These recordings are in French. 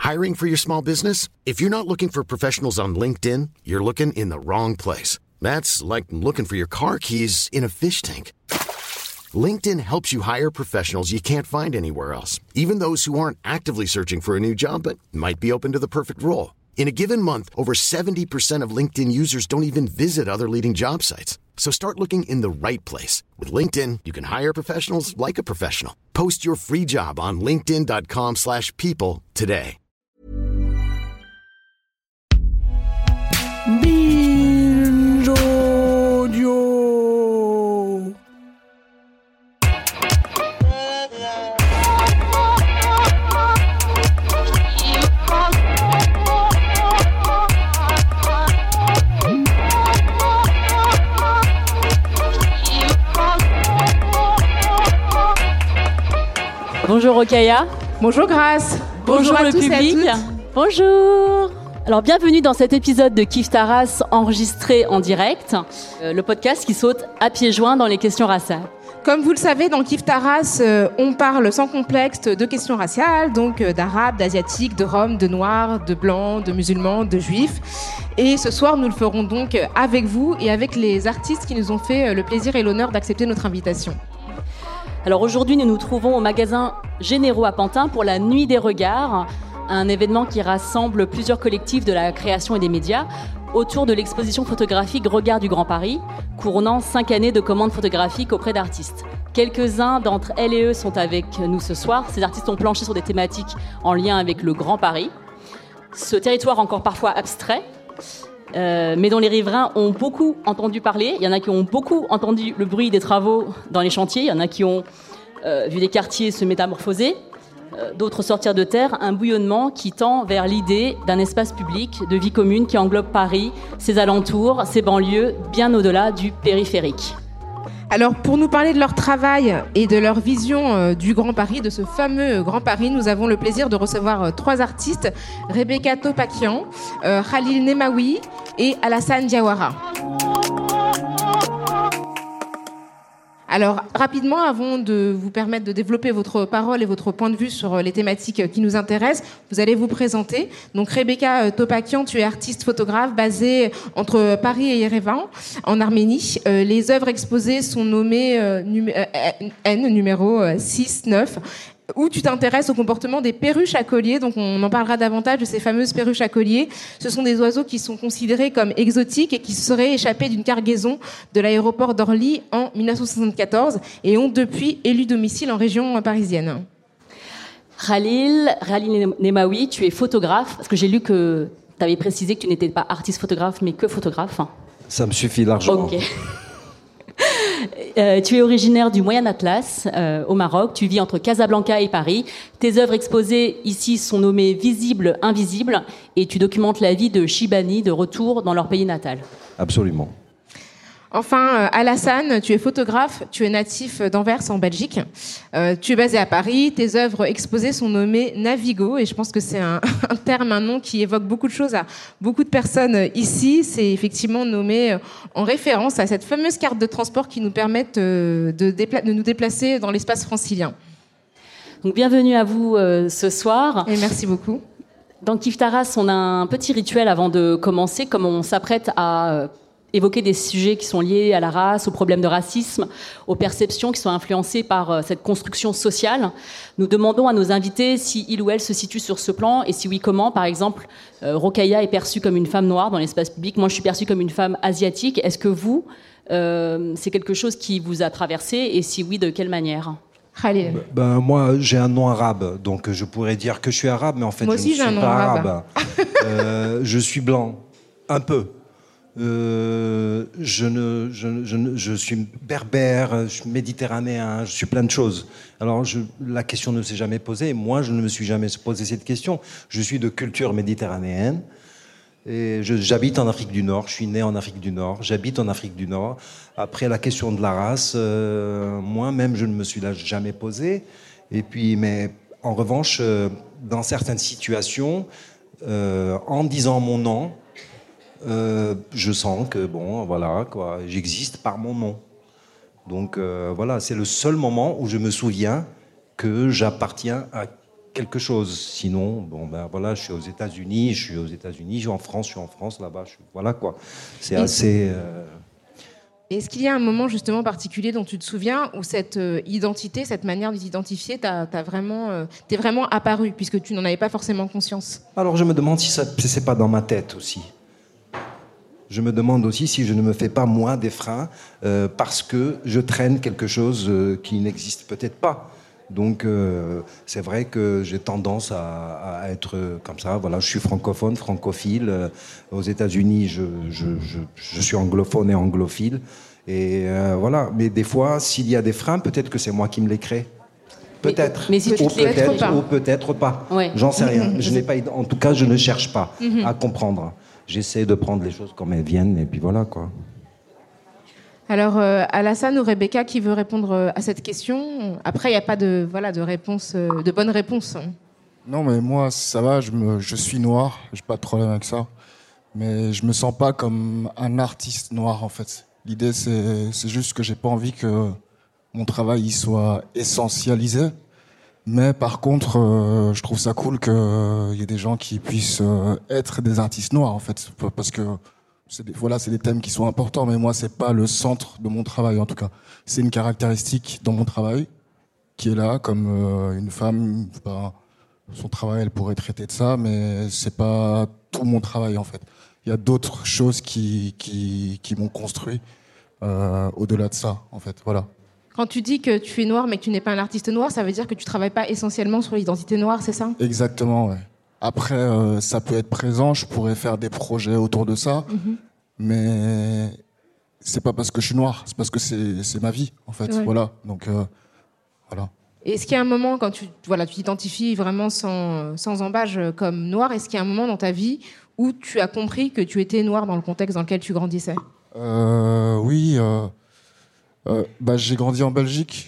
Hiring for your small business? If you're not looking for professionals on LinkedIn, you're looking in the wrong place. That's like looking for your car keys in a fish tank. LinkedIn helps you hire professionals you can't find anywhere else, even those who aren't actively searching for a new job but might be open to the perfect role. In a given month, over 70% of LinkedIn users don't even visit other leading job sites. So start looking in the right place. With LinkedIn, you can hire professionals like a professional. Post your free job on linkedin.com/people today. Binge Audio. Bonjour Rokhaya. Bonjour Grâce. Bonjour à le tous public. et à toutes. Bonjour. Alors bienvenue dans cet épisode de Kiffe ta race enregistré en direct, le podcast qui saute à pieds joints dans les questions raciales. Comme vous le savez, dans Kiffe ta race, on parle sans complexe de questions raciales, donc d'arabes, d'asiatiques, de roms, de noirs, de blancs, de musulmans, de juifs. Et ce soir, nous le ferons donc avec vous et avec les artistes qui nous ont fait le plaisir et l'honneur d'accepter notre invitation. Alors aujourd'hui, nous nous trouvons au magasin Généraux à Pantin pour la Nuit des Regards, un événement qui rassemble plusieurs collectifs de la création et des médias autour de l'exposition photographique Regard du Grand Paris, couronnant 5 années de commandes photographiques auprès d'artistes. Quelques-uns d'entre elles et eux sont avec nous ce soir. Ces artistes ont planché sur des thématiques en lien avec le Grand Paris. Ce territoire encore parfois abstrait, mais dont les riverains ont beaucoup entendu parler. Il y en a qui ont beaucoup entendu le bruit des travaux dans les chantiers. Il y en a qui ont vu des quartiers se métamorphoser. D'autres sortir de terre, un bouillonnement qui tend vers l'idée d'un espace public de vie commune qui englobe Paris, ses alentours, ses banlieues, bien au-delà du périphérique. Alors, pour nous parler de leur travail et de leur vision du Grand Paris, de ce fameux Grand Paris, nous avons le plaisir de recevoir 3 artistes, Rebecca Topakian, Khalil Nemaoui et Alassane Diawara. Alors, rapidement, avant de vous permettre de développer votre parole et votre point de vue sur les thématiques qui nous intéressent, vous allez vous présenter. Donc, Rebecca Topakian, tu es artiste photographe basée entre Paris et Yerevan, en Arménie. Les œuvres exposées sont nommées N, numéro 6, 9, où tu t'intéresses au comportement des perruches à collier. Donc on en parlera davantage de ces fameuses perruches à collier. Ce sont des oiseaux qui sont considérés comme exotiques et qui seraient échappés d'une cargaison de l'aéroport d'Orly en 1974 et ont depuis élu domicile en région parisienne. Khalil Nemaoui, tu es photographe, parce que j'ai lu que tu avais précisé que tu n'étais pas artiste photographe, mais que photographe. Ça me suffit largement. Ok. Tu es originaire du Moyen Atlas, au Maroc. Tu vis entre Casablanca et Paris. Tes œuvres exposées ici sont nommées Visibles, Invisibles, et tu documentes la vie de Chibani de retour dans leur pays natal. Absolument. Enfin, Alassane, tu es photographe, tu es natif d'Anvers en Belgique. Tu es basé à Paris, tes œuvres exposées sont nommées Navigo, et je pense que c'est un terme, un nom qui évoque beaucoup de choses à beaucoup de personnes ici. C'est effectivement nommé en référence à cette fameuse carte de transport qui nous permet de nous déplacer dans l'espace francilien. Donc bienvenue à vous ce soir. Et merci beaucoup. Dans Kiffe ta race, on a un petit rituel avant de commencer, comme on s'apprête à évoquer des sujets qui sont liés à la race, aux problèmes de racisme, aux perceptions qui sont influencées par cette construction sociale. Nous demandons à nos invités si il ou elle se situe sur ce plan, et si oui, comment. Par exemple, Rokhaya est perçue comme une femme noire dans l'espace public. Moi, je suis perçue comme une femme asiatique. Est-ce que vous, c'est quelque chose qui vous a traversé, et si oui, de quelle manière ? Khalil. Moi, j'ai un nom arabe, donc je pourrais dire que je suis arabe, mais en fait, Moi aussi, je ne suis pas arabe. Je suis blanc, un peu. Je suis berbère, je suis méditerranéen, je suis plein de choses. Alors la question ne s'est jamais posée, moi je ne me suis jamais posé cette question. Je suis de culture méditerranéenne et j'habite en Afrique du Nord, je suis né en Afrique du Nord, j'habite en Afrique du Nord. Après la question de la race, moi-même je ne me suis jamais posé. Et puis, mais en revanche, dans certaines situations, en disant mon nom, je sens que j'existe par mon nom. Donc voilà, c'est le seul moment où je me souviens que j'appartiens à quelque chose. Sinon, bon, ben voilà, je suis aux États-Unis, je suis en France, là-bas, voilà quoi. C'est assez. Est-ce qu'il y a un moment justement particulier dont tu te souviens où cette identité, cette manière de t'identifier, t'es vraiment apparu, puisque tu n'en avais pas forcément conscience? Alors je me demande si c'est pas dans ma tête aussi. Je me demande aussi si je ne me fais pas moi des freins parce que je traîne quelque chose qui n'existe peut-être pas. Donc c'est vrai que j'ai tendance à être comme ça. Voilà, je suis francophone, francophile. Aux États-Unis, je suis anglophone et anglophile. Et voilà. Mais des fois, s'il y a des freins, peut-être que c'est moi qui me les crée. Peut-être. Mais si tu te les crées pas. Ou peut-être pas. Ouais. J'en sais rien. En tout cas, je ne cherche pas à comprendre. J'essaie de prendre les choses comme elles viennent et puis voilà quoi. Alors, Alassane ou Rebecca, qui veut répondre à cette question? Après, il n'y a pas de réponse, de bonne réponse. Non, mais moi, ça va, je suis noir, j'ai pas de problème avec ça. Mais je me sens pas comme un artiste noir, en fait. L'idée, c'est juste que j'ai pas envie que mon travail il soit essentialisé. Mais par contre, je trouve ça cool qu'il y ait des gens qui puissent être des artistes noirs, en fait. Parce que c'est des thèmes qui sont importants, mais moi, c'est pas le centre de mon travail, en tout cas. C'est une caractéristique dans mon travail qui est là, comme une femme, son travail, elle pourrait traiter de ça, mais c'est pas tout mon travail, en fait. Il y a d'autres choses qui m'ont construit au-delà de ça, en fait. Voilà. Quand tu dis que tu es noir, mais que tu n'es pas un artiste noir, ça veut dire que tu travailles pas essentiellement sur l'identité noire, c'est ça? Exactement, ouais. Après, ça peut être présent, je pourrais faire des projets autour de ça, mais c'est pas parce que je suis noir, c'est parce que c'est ma vie, en fait. Ouais. Voilà. Donc, voilà. Est-ce qu'il y a un moment, quand tu t'identifies vraiment sans embâche comme noir, est-ce qu'il y a un moment dans ta vie où tu as compris que tu étais noir dans le contexte dans lequel tu grandissais? Oui. J'ai grandi en Belgique,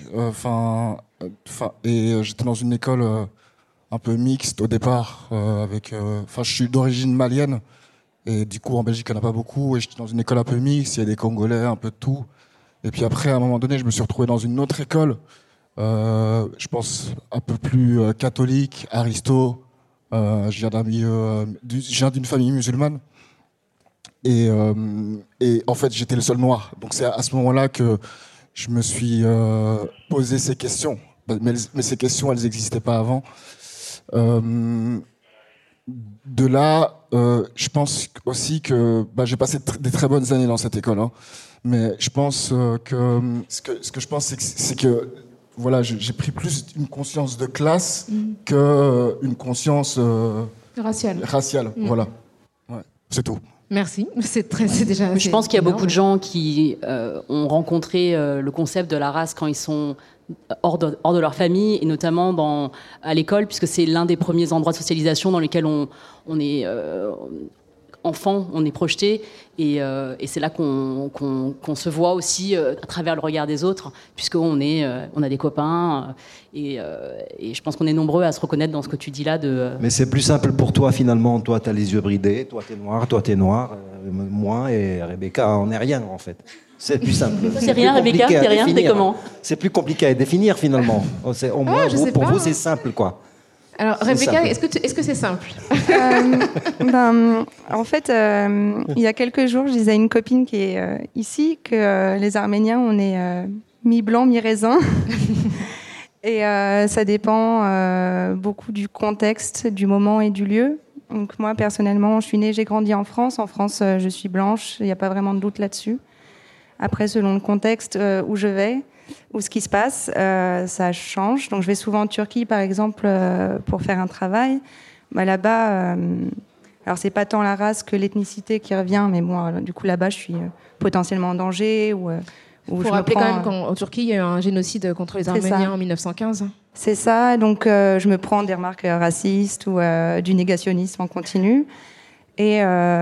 et j'étais dans une école un peu mixte au départ, je suis d'origine malienne, et du coup en Belgique il n'y en a pas beaucoup, et j'étais dans une école un peu mixte, il y a des Congolais, un peu de tout. Et puis après, à un moment donné, je me suis retrouvé dans une autre école, je pense un peu plus catholique, aristo. Je viens d'une famille musulmane. Et en fait, j'étais le seul noir. Donc c'est à ce moment-là que je me suis posé ces questions. Mais ces questions, elles n'existaient pas avant. De là, je pense aussi que j'ai passé des très bonnes années dans cette école. Hein. Mais je pense que ce que je pense, c'est que voilà, j'ai pris plus une conscience de classe qu'une conscience raciale. Voilà. Ouais, c'est tout. Merci, c'est déjà. Je pense qu'il y a beaucoup de gens qui ont rencontré le concept de la race quand ils sont hors de leur famille, et notamment à l'école, puisque c'est l'un des premiers endroits de socialisation dans lesquels on est enfant, on est projeté, et c'est là qu'on se voit aussi à travers le regard des autres, puisqu'on a des copains, et je pense qu'on est nombreux à se reconnaître dans ce que tu dis là. Mais c'est plus simple pour toi finalement. Toi, tu as les yeux bridés, toi, t'es noir, moi et Rebecca, on n'est rien en fait. C'est plus simple. C'est rien, Rebecca, t'es rien, t'es comment? C'est plus compliqué à définir finalement. Au moins, pour vous, c'est simple quoi. Alors, Rebecca, est-ce que c'est simple? En fait, il y a quelques jours, je disais à une copine qui est ici que les Arméniens, on est mi-blanc, mi-raisin. Et ça dépend beaucoup du contexte, du moment et du lieu. Donc moi, personnellement, je suis née, j'ai grandi en France. En France, je suis blanche, il n'y a pas vraiment de doute là-dessus. Après, selon le contexte où je vais, ou ce qui se passe, ça change. Donc je vais souvent en Turquie, par exemple, pour faire un travail. Là-bas, alors c'est pas tant la race que l'ethnicité qui revient, mais bon, du coup là-bas, je suis potentiellement en danger. Il faut rappeler quand même qu'en Turquie, il y a eu un génocide contre les Arméniens en 1915. C'est ça, donc je me prends des remarques racistes ou du négationnisme en continu. Et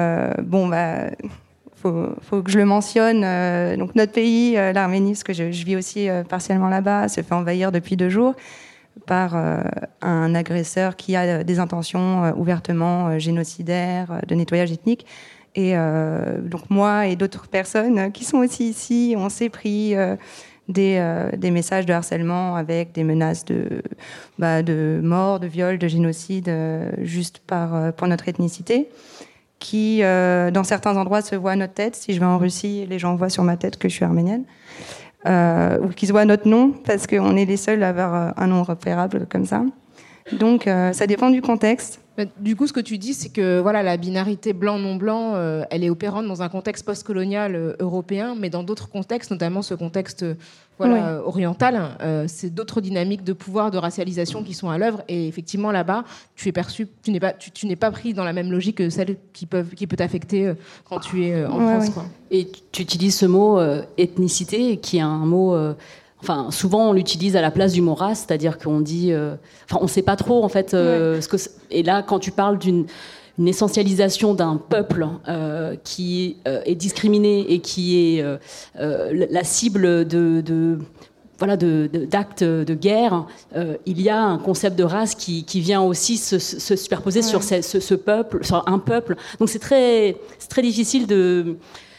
faut que je le mentionne. Donc notre pays, l'Arménie, parce que je vis aussi partiellement là-bas, se fait envahir depuis 2 jours par un agresseur qui a des intentions ouvertement génocidaires, de nettoyage ethnique. Et donc moi et d'autres personnes qui sont aussi ici, on s'est pris des messages de harcèlement avec des menaces de mort, de viol, de génocide, juste pour notre ethnicité, qui, dans certains endroits, se voient à notre tête. Si je vais en Russie, les gens voient sur ma tête que je suis arménienne. Ou qu'ils voient notre nom, parce qu'on est les seuls à avoir un nom repérable comme ça. Donc, ça dépend du contexte. Du coup, ce que tu dis, c'est que voilà, la binarité blanc-non-blanc, elle est opérante dans un contexte postcolonial européen, mais dans d'autres contextes, notamment ce contexte oriental, c'est d'autres dynamiques de pouvoir, de racialisation qui sont à l'œuvre. Et effectivement, là-bas, tu n'es pas pris dans la même logique que celle qui peut t'affecter quand tu es en France. Quoi. Et tu utilises ce mot ethnicité, qui est un mot... Enfin, souvent on l'utilise à la place du mot race, c'est-à-dire qu'on dit, on ne sait pas trop en fait ce que. Et là, quand tu parles d'une essentialisation d'un peuple qui est discriminé et qui est la cible d'actes de guerre, il y a un concept de race qui vient aussi se superposer sur ce peuple, sur un peuple. Donc c'est très difficile de.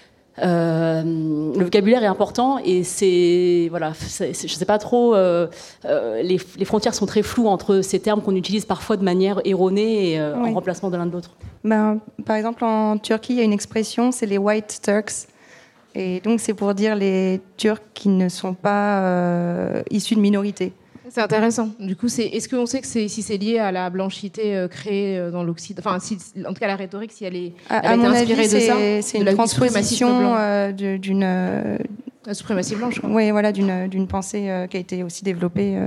Le vocabulaire est important et je sais pas trop. Les frontières sont très floues entre ces termes qu'on utilise parfois de manière erronée et en remplacement de l'un de l'autre. Par exemple, en Turquie, il y a une expression, c'est les White Turks, et donc c'est pour dire les Turcs qui ne sont pas issus de minorités. C'est intéressant. Du coup, est-ce qu'on sait que si c'est lié à la blanchité créée dans l'Occident, enfin, en tout cas la rhétorique, si elle a été inspirée de ça, c'est une transposition d'une la suprématie blanche. Oui, voilà, d'une pensée qui a été aussi développée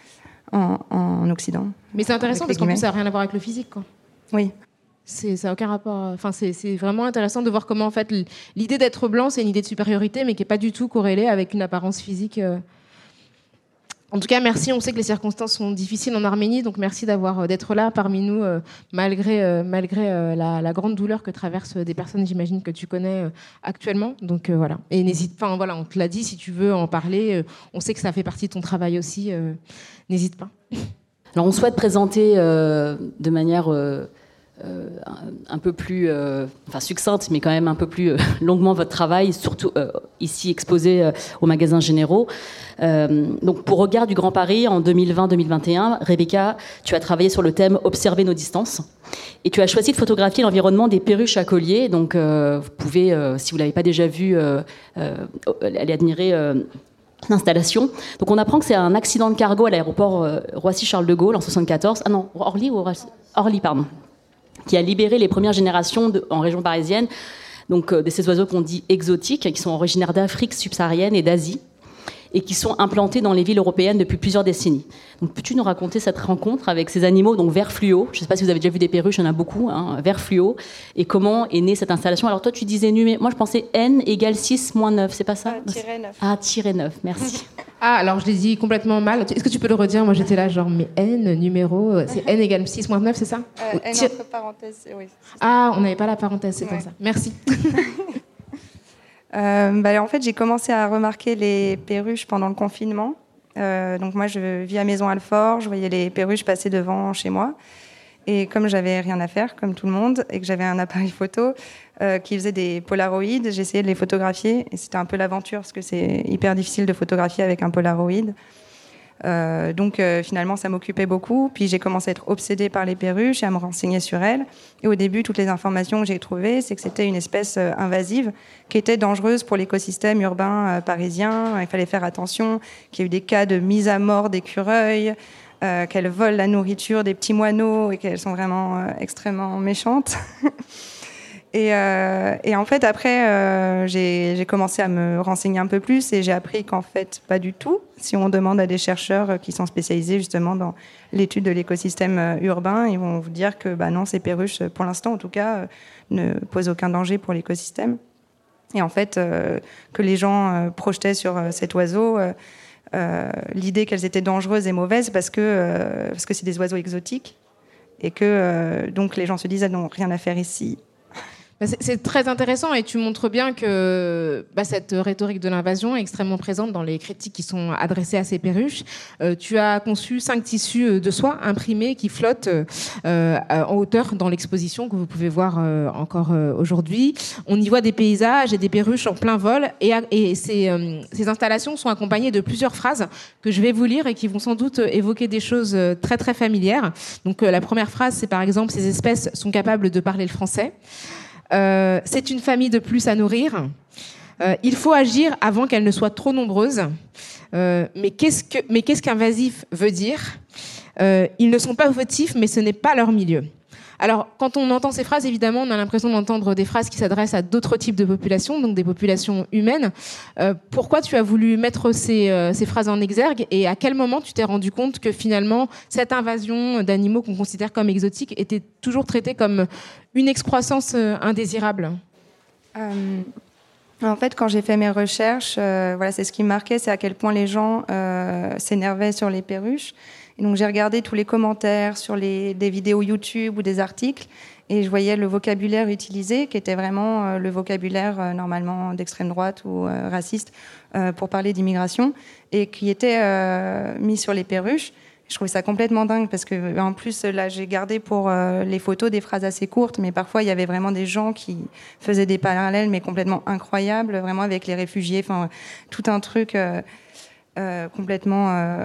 en Occident. Mais c'est intéressant parce qu'en plus, ça n'a rien à voir avec le physique, quoi. Oui. Ça n'a aucun rapport. Enfin, c'est vraiment intéressant de voir comment, en fait, l'idée d'être blanc, c'est une idée de supériorité, mais qui n'est pas du tout corrélée avec une apparence physique. En tout cas, merci. On sait que les circonstances sont difficiles en Arménie, donc merci d'être là parmi nous, malgré la grande douleur que traversent des personnes, j'imagine, que tu connais actuellement. Donc voilà. Et on te l'a dit, si tu veux en parler, on sait que ça fait partie de ton travail aussi. N'hésite pas. Alors, on souhaite présenter de manière un peu plus succincte, mais quand même un peu plus longuement votre travail, surtout ici exposé aux magasins généraux. Donc pour Regard du Grand Paris en 2020-2021, Rebecca, tu as travaillé sur le thème Observer nos distances et tu as choisi de photographier l'environnement des perruches à collier. Donc vous pouvez, si vous ne l'avez pas déjà vu, aller admirer l'installation. Donc on apprend que c'est un accident de cargo à l'aéroport Roissy-Charles de Gaulle en 1974. Ah non, Orly, pardon. Qui a libéré les premières générations en région parisienne, donc de ces oiseaux qu'on dit exotiques, qui sont originaires d'Afrique subsaharienne et d'Asie, et qui sont implantés dans les villes européennes depuis plusieurs décennies. Donc, peux-tu nous raconter cette rencontre avec ces animaux, donc vert fluo? Je ne sais pas si vous avez déjà vu des perruches, il y en a beaucoup, vert fluo. Et comment est née cette installation? Alors toi, tu disais moi je pensais n égale 6 moins 9, c'est pas ça? -9. Ah, -9, merci. Ah, alors je l'ai dit complètement mal. Est-ce que tu peux le redire? Moi j'étais là, genre, mais n, numéro, c'est n égale 6 moins 9, c'est ça? N entre parenthèses, oui. Ah, on n'avait pas la parenthèse, c'est pour ça. Merci. En fait, j'ai commencé à remarquer les perruches pendant le confinement. Donc moi, je vis à Maison-Alfort, je voyais les perruches passer devant chez moi. Et comme j'avais rien à faire, comme tout le monde, et que j'avais un appareil photo qui faisait des polaroïdes, j'essayais de les photographier. Et c'était un peu l'aventure, parce que c'est hyper difficile de photographier avec un polaroïde. Donc finalement, ça m'occupait beaucoup. Puis j'ai commencé à être obsédée par les perruches et à me renseigner sur elles. Et au début, toutes les informations que j'ai trouvées, c'est que c'était une espèce invasive qui était dangereuse pour l'écosystème urbain parisien. Il fallait faire attention, qu'il y a eu des cas de mise à mort d'écureuils, qu'elles volent la nourriture des petits moineaux et qu'elles sont vraiment extrêmement méchantes. Et en fait, après, j'ai commencé à me renseigner un peu plus et j'ai appris qu'en fait, pas du tout. Si on demande à des chercheurs qui sont spécialisés justement dans l'étude de l'écosystème urbain, ils vont vous dire que non, ces perruches, pour l'instant en tout cas, ne posent aucun danger pour l'écosystème. Et en fait, que les gens projetaient sur cet oiseau l'idée qu'elles étaient dangereuses et mauvaises parce que c'est des oiseaux exotiques et que donc les gens se disent non, rien à faire ici. C'est très intéressant et tu montres bien que cette rhétorique de l'invasion est extrêmement présente dans les critiques qui sont adressées à ces perruches. Tu as conçu 5 tissus de soie imprimés qui flottent en hauteur dans l'exposition que vous pouvez voir encore aujourd'hui. On y voit des paysages et des perruches en plein vol et ces installations sont accompagnées de plusieurs phrases que je vais vous lire et qui vont sans doute évoquer des choses très très familières. Donc la première phrase, c'est par exemple: ces espèces sont capables de parler le français. C'est une famille de plus à nourrir. Il faut agir avant qu'elle ne soit trop nombreuse. Mais qu'est-ce qu'invasif veut dire ? Ils ne sont pas votifs, mais ce n'est pas leur milieu. Alors, quand on entend ces phrases, évidemment, on a l'impression d'entendre des phrases qui s'adressent à d'autres types de populations, donc des populations humaines. Pourquoi tu as voulu mettre ces phrases en exergue et à quel moment tu t'es rendu compte que finalement, cette invasion d'animaux qu'on considère comme exotiques était toujours traitée comme une excroissance indésirable ? En fait, quand j'ai fait mes recherches, c'est ce qui me marquait, c'est à quel point les gens s'énervaient sur les perruches. Et donc j'ai regardé tous les commentaires sur des vidéos YouTube ou des articles et je voyais le vocabulaire utilisé qui était vraiment le vocabulaire normalement d'extrême droite ou raciste pour parler d'immigration et qui était mis sur les perruches. Je trouvais ça complètement dingue parce que en plus là j'ai gardé pour les photos des phrases assez courtes, mais parfois il y avait vraiment des gens qui faisaient des parallèles mais complètement incroyables, vraiment avec les réfugiés, enfin tout un truc complètement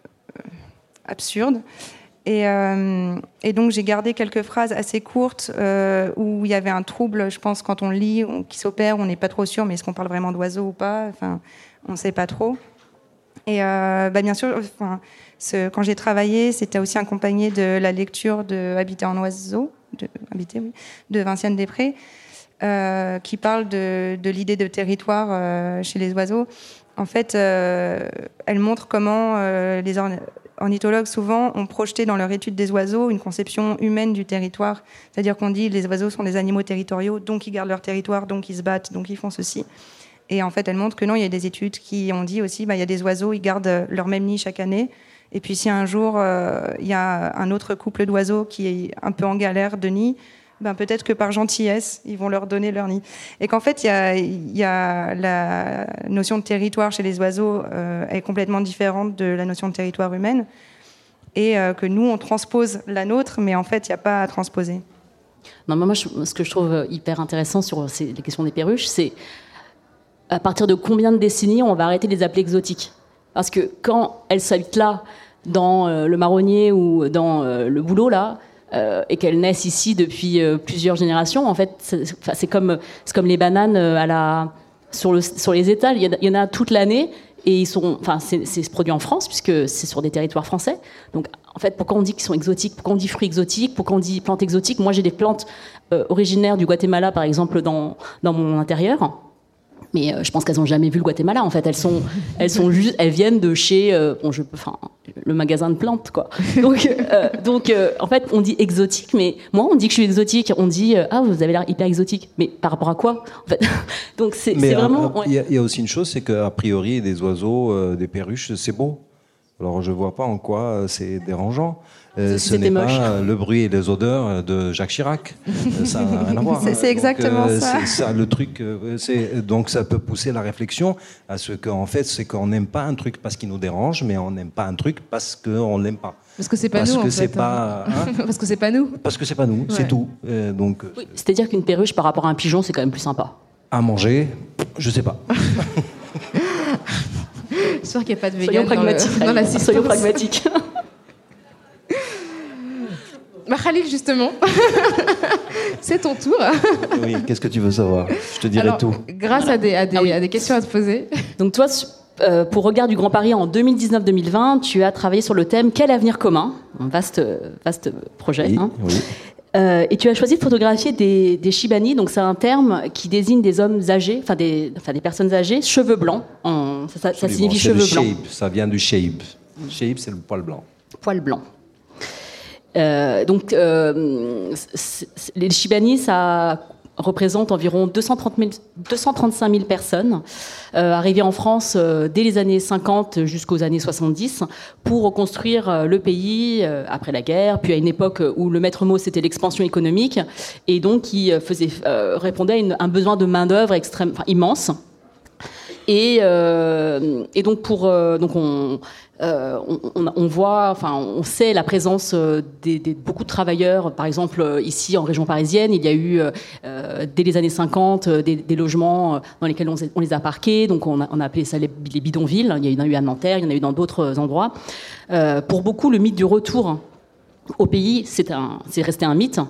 absurde. Et donc j'ai gardé quelques phrases assez courtes où il y avait un trouble, je pense, quand on lit, qui s'opère, on n'est pas trop sûr, mais est-ce qu'on parle vraiment d'oiseaux ou pas ? Enfin, on ne sait pas trop. Et bien sûr, quand j'ai travaillé, c'était aussi accompagné de la lecture de Habiter en oiseaux, de Vinciane Després, qui parle de l'idée de territoire chez les oiseaux. En fait, elle montre comment les ornithologues, souvent, ont projeté dans leur étude des oiseaux une conception humaine du territoire. C'est-à-dire qu'on dit les oiseaux sont des animaux territoriaux, donc ils gardent leur territoire, donc ils se battent, donc ils font ceci. Et en fait, elle montre que non, il y a des études qui ont dit aussi, il y a des oiseaux, ils gardent leur même nid chaque année. Et puis si un jour, il y a un autre couple d'oiseaux qui est un peu en galère de nid, peut-être que par gentillesse, ils vont leur donner leur nid. Et qu'en fait, il y a la notion de territoire chez les oiseaux est complètement différente de la notion de territoire humaine. Et que nous, on transpose la nôtre, mais en fait, il n'y a pas à transposer. Non, moi, ce que je trouve hyper intéressant sur les questions des perruches, c'est à partir de combien de décennies on va arrêter de les appeler exotiques ? Parce que quand elles s'habitent là, dans le marronnier ou dans le bouleau, là, et qu'elles naissent ici depuis plusieurs générations, en fait, c'est comme les bananes sur les étals. Il y en a toute l'année et c'est produit en France puisque c'est sur des territoires français. Donc, en fait, pourquoi on dit qu'ils sont exotiques ? Pourquoi on dit fruits exotiques ? Pourquoi on dit plantes exotiques ? Moi, j'ai des plantes originaires du Guatemala, par exemple, dans mon intérieur. Mais je pense qu'elles n'ont jamais vu le Guatemala. En fait, elles viennent de chez, le magasin de plantes, quoi. Donc, en fait, on dit exotique, mais moi, on dit que je suis exotique. On dit, vous avez l'air hyper exotique. Mais par rapport à quoi, en fait ? Donc, c'est vraiment. Il y a aussi une chose, c'est qu'a priori, des oiseaux, des perruches, c'est beau. Alors, je ne vois pas en quoi c'est dérangeant. Ce n'est pas le bruit et les odeurs de Jacques Chirac. Ça n'a rien à voir. C'est exactement ça. C'est ça le truc. Donc ça peut pousser la réflexion à ce qu'en fait, c'est qu'on n'aime pas un truc parce qu'il nous dérange, mais on n'aime pas un truc parce qu'on ne l'aime pas. Parce que c'est pas nous, en fait. Parce que c'est pas nous. Parce que c'est pas nous, c'est tout. Donc. Oui, c'est-à-dire qu'une perruche par rapport à un pigeon, c'est quand même plus sympa. À manger, je sais pas. J'espère qu'il n'y a pas de vegan dans la Soyons pragmatiques. Khalil, justement, c'est ton tour. Oui, qu'est-ce que tu veux savoir ? Je te dirai tout. Grâce à des questions à te poser. Donc toi, pour Regard du Grand Paris en 2019-2020, tu as travaillé sur le thème « Quel avenir commun ?» Un vaste projet. Oui, hein. oui. Et tu as choisi de photographier des Shibani, donc c'est un terme qui désigne des hommes âgés, des personnes âgées, cheveux blancs. Ça signifie cheveux blancs. Shape, ça vient du shape. Shape, c'est le poil blanc. Poil blanc. Les Shibani, ça représente environ 235 000 personnes arrivées en France dès les années 50 jusqu'aux années 70 pour reconstruire le pays après la guerre, puis à une époque où le maître mot c'était l'expansion économique et donc qui répondait à un besoin de main-d'œuvre immense. Et donc on voit, enfin, on sait la présence beaucoup de travailleurs. Par exemple, ici en région parisienne, il y a eu dès les années 50 des logements dans lesquels on les a parqués. Donc on a appelé ça les bidonvilles. Il y en a eu à Nanterre, il y en a eu dans d'autres endroits. Pour beaucoup, le mythe du retour au pays, c'est resté un mythe.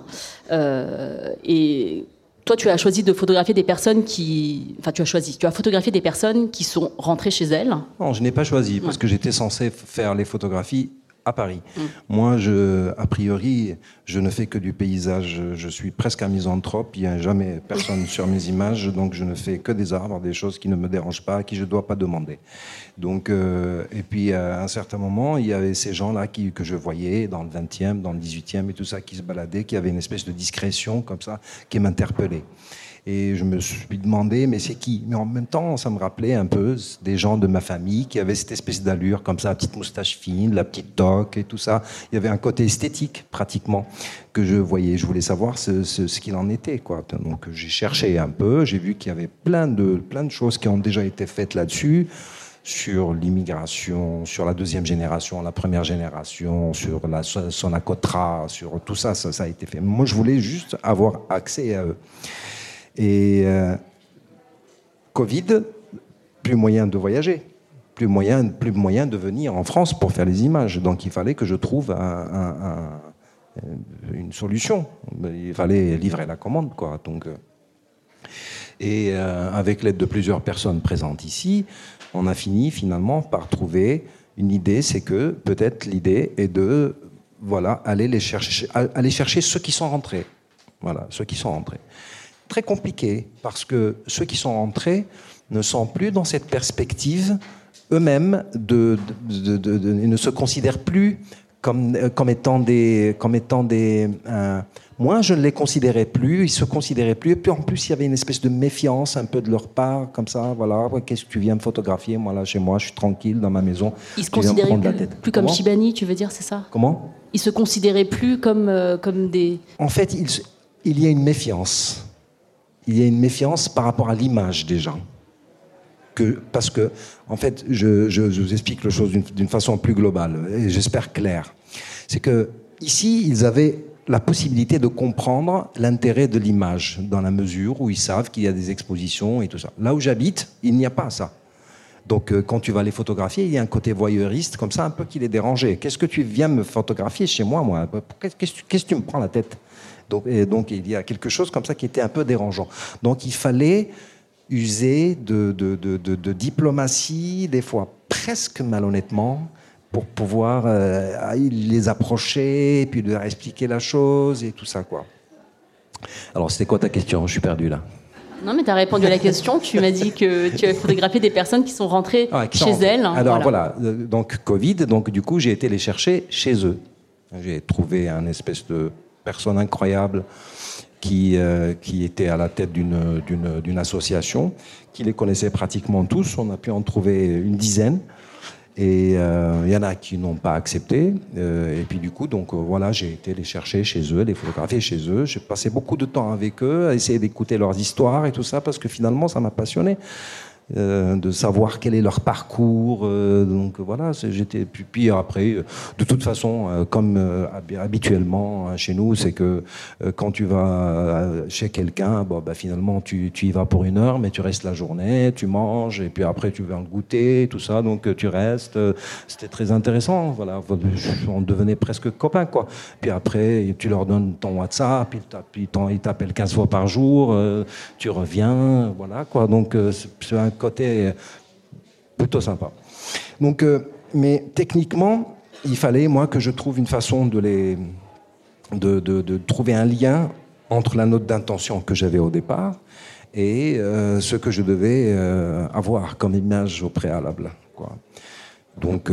Et toi, tu as choisi de photographier des personnes tu as photographié des personnes qui sont rentrées chez elles. Non, je n'ai pas choisi, parce que j'étais censé faire les photographies à Paris. Moi, a priori, je ne fais que du paysage. Je suis presque un misanthrope. Il n'y a jamais personne sur mes images, donc je ne fais que des arbres, des choses qui ne me dérangent pas, à qui je ne dois pas demander. Donc, et puis, à un certain moment, il y avait ces gens-là que je voyais dans le 20e, dans le 18e et tout ça, qui se baladaient, qui avaient une espèce de discrétion comme ça, qui m'interpellait. Et je me suis demandé, mais c'est qui ? Mais en même temps, ça me rappelait un peu des gens de ma famille qui avaient cette espèce d'allure, comme ça, la petite moustache fine, la petite toque et tout ça. Il y avait un côté esthétique, pratiquement, que je voyais. Je voulais savoir ce qu'il en était, quoi. Donc j'ai cherché un peu, j'ai vu qu'il y avait plein de choses qui ont déjà été faites là-dessus, sur l'immigration, sur la deuxième génération, la première génération, sur la Sonacotra, sur tout ça, ça a été fait. Moi, je voulais juste avoir accès à eux. Et Covid, plus moyen de voyager, plus moyen de venir en France pour faire les images. Donc il fallait que je trouve une solution. Il fallait livrer la commande, quoi. Donc, avec l'aide de plusieurs personnes présentes ici, on a fini finalement par trouver une idée. C'est que peut-être l'idée est de aller chercher ceux qui sont rentrés. Voilà, ceux qui sont rentrés. Très compliqué, parce que ceux qui sont rentrés ne sont plus dans cette perspective eux-mêmes ils ne se considèrent plus comme étant des moi je ne les considérais plus, ils se considéraient plus, et puis en plus il y avait une espèce de méfiance un peu de leur part, comme ça, voilà, qu'est-ce que tu viens me photographier, moi là chez moi je suis tranquille dans ma maison. Ils se considéraient plus comme Chibani, tu veux dire, c'est ça ? Comment ? Ils se considéraient plus comme des... En fait, il y a une méfiance. Il y a une méfiance par rapport à l'image des gens. Parce que, en fait, je vous explique les choses d'une façon plus globale, et j'espère claire. C'est que ici, ils avaient la possibilité de comprendre l'intérêt de l'image, dans la mesure où ils savent qu'il y a des expositions et tout ça. Là où j'habite, il n'y a pas ça. Donc, quand tu vas les photographier, il y a un côté voyeuriste, comme ça, un peu qui les dérangeait. Qu'est-ce que tu viens me photographier chez moi, moi ? Qu'est-ce que tu me prends la tête ? Donc il y a quelque chose comme ça qui était un peu dérangeant. Donc il fallait user de diplomatie, des fois presque malhonnêtement, pour pouvoir les approcher, et puis leur expliquer la chose et tout ça, quoi. Alors c'était quoi ta question ? Je suis perdu là. Non, mais tu as répondu à la question. Tu m'as dit que tu avais photographié des personnes qui sont rentrées chez elles. Alors voilà. Donc Covid, donc du coup j'ai été les chercher chez eux. J'ai trouvé un espèce de personne incroyable qui était à la tête d'une association, qui les connaissait pratiquement tous. On a pu en trouver une dizaine. Et il y en a qui n'ont pas accepté. Et puis du coup, voilà, j'ai été les chercher chez eux, les photographier chez eux. J'ai passé beaucoup de temps avec eux, à essayer d'écouter leurs histoires et tout ça, parce que finalement, ça m'a passionné. De savoir quel est leur parcours, donc voilà, puis après, de toute façon, comme habituellement chez nous, c'est que quand tu vas chez quelqu'un, finalement tu y vas pour 1 heure, mais tu restes la journée, tu manges, et puis après tu vas le goûter, tout ça, donc tu restes. C'était très intéressant, voilà, on devenait presque copains, quoi. Puis après, tu leur donnes ton WhatsApp, ils t'appellent 15 fois par jour, tu reviens, voilà, quoi. Donc c'est un côté plutôt sympa. Donc, mais techniquement, il fallait, moi, que je trouve une façon de trouver un lien entre la note d'intention que j'avais au départ et ce que je devais avoir comme image au préalable, quoi. Donc,